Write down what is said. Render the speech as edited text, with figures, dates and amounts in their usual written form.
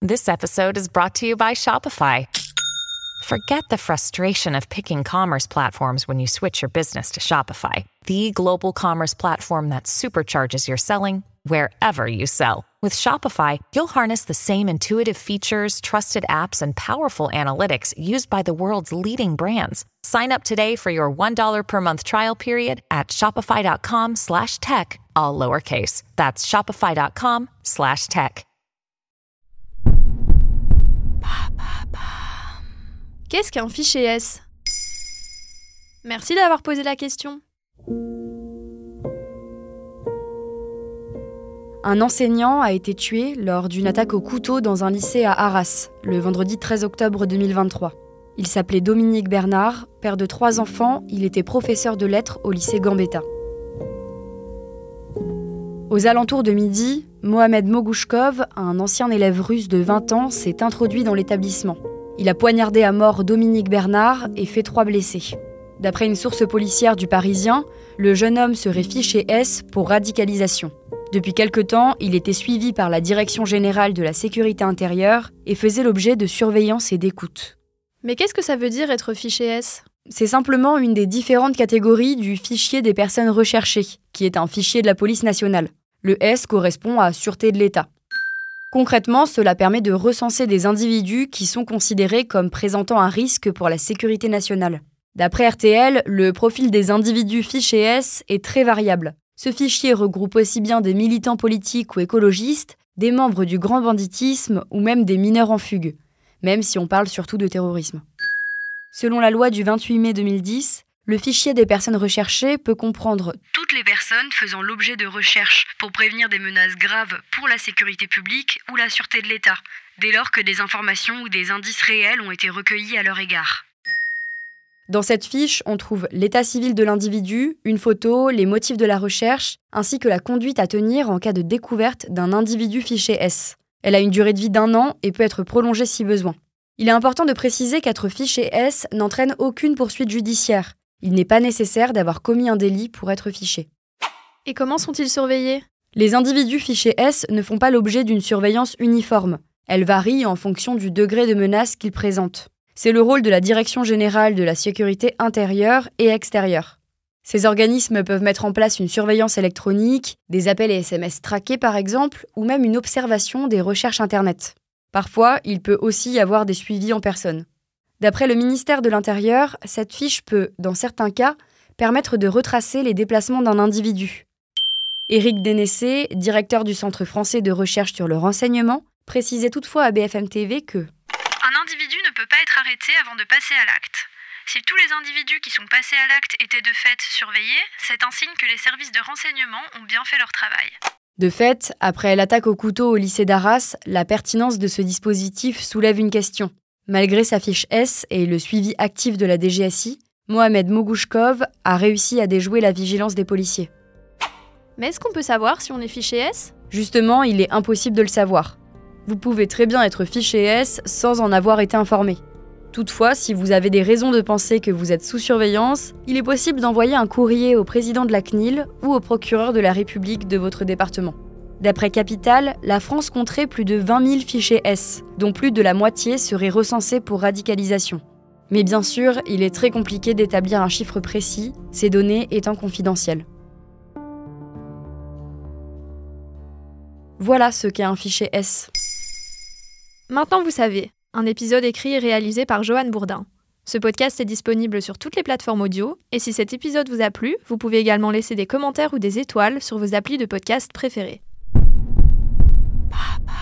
This episode is brought to you by Shopify. Forget the frustration of picking commerce platforms when you switch your business to Shopify, the global commerce platform that supercharges your selling wherever you sell. With Shopify, you'll harness the same intuitive features, trusted apps, and powerful analytics used by the world's leading brands. Sign up today for your $1 per month trial period at shopify.com/tech, all lowercase. That's shopify.com/tech. Qu'est-ce qu'un fichier S ? Merci d'avoir posé la question. Un enseignant a été tué lors d'une attaque au couteau dans un lycée à Arras, le vendredi 13 octobre 2023. Il s'appelait Dominique Bernard, père de 3 enfants, il était professeur de lettres au lycée Gambetta. Aux alentours de midi, Mohamed Mogouchkov, un ancien élève russe de 20 ans, s'est introduit dans l'établissement. Il a poignardé à mort Dominique Bernard et fait 3 blessés. D'après une source policière du Parisien, le jeune homme serait fiché S pour radicalisation. Depuis quelque temps, il était suivi par la Direction générale de la sécurité intérieure et faisait l'objet de surveillance et d'écoute. Mais qu'est-ce que ça veut dire être fiché S ? C'est simplement une des différentes catégories du fichier des personnes recherchées, qui est un fichier de la police nationale. Le S correspond à Sûreté de l'État. Concrètement, cela permet de recenser des individus qui sont considérés comme présentant un risque pour la sécurité nationale. D'après RTL, le profil des individus fichés S est très variable. Ce fichier regroupe aussi bien des militants politiques ou écologistes, des membres du grand banditisme ou même des mineurs en fugue, même si on parle surtout de terrorisme. Selon la loi du 28 mai 2010, le fichier des personnes recherchées peut comprendre toutes les personnes faisant l'objet de recherches pour prévenir des menaces graves pour la sécurité publique ou la sûreté de l'État, dès lors que des informations ou des indices réels ont été recueillis à leur égard. Dans cette fiche, on trouve l'état civil de l'individu, une photo, les motifs de la recherche, ainsi que la conduite à tenir en cas de découverte d'un individu fiché S. Elle a une durée de vie d'1 an et peut être prolongée si besoin. Il est important de préciser qu'être fiché S n'entraîne aucune poursuite judiciaire. Il n'est pas nécessaire d'avoir commis un délit pour être fiché. Et comment sont-ils surveillés ? Les individus fichés S ne font pas l'objet d'une surveillance uniforme. Elle varie en fonction du degré de menace qu'ils présentent. C'est le rôle de la Direction générale de la sécurité intérieure et extérieure. Ces organismes peuvent mettre en place une surveillance électronique, des appels et SMS traqués par exemple, ou même une observation des recherches Internet. Parfois, il peut aussi y avoir des suivis en personne. D'après le ministère de l'Intérieur, cette fiche peut, dans certains cas, permettre de retracer les déplacements d'un individu. Éric Dénessé, directeur du Centre français de recherche sur le renseignement, précisait toutefois à BFM TV que un individu ne peut pas être arrêté avant de passer à l'acte. Si tous les individus qui sont passés à l'acte étaient de fait surveillés, c'est un signe que les services de renseignement ont bien fait leur travail. De fait, après l'attaque au couteau au lycée d'Arras, la pertinence de ce dispositif soulève une question. Malgré sa fiche S et le suivi actif de la DGSI, Mohamed Mogouchkov a réussi à déjouer la vigilance des policiers. Mais est-ce qu'on peut savoir si on est fiché S ? Justement, il est impossible de le savoir. Vous pouvez très bien être fiché S sans en avoir été informé. Toutefois, si vous avez des raisons de penser que vous êtes sous surveillance, il est possible d'envoyer un courrier au président de la CNIL ou au procureur de la République de votre département. D'après Capital, la France compterait plus de 20 000 fichés S, dont plus de la moitié seraient recensés pour radicalisation. Mais bien sûr, il est très compliqué d'établir un chiffre précis, ces données étant confidentielles. Voilà ce qu'est un fichier S. Maintenant vous savez, un épisode écrit et réalisé par Johan Bourdin. Ce podcast est disponible sur toutes les plateformes audio, et si cet épisode vous a plu, vous pouvez également laisser des commentaires ou des étoiles sur vos applis de podcast préférés.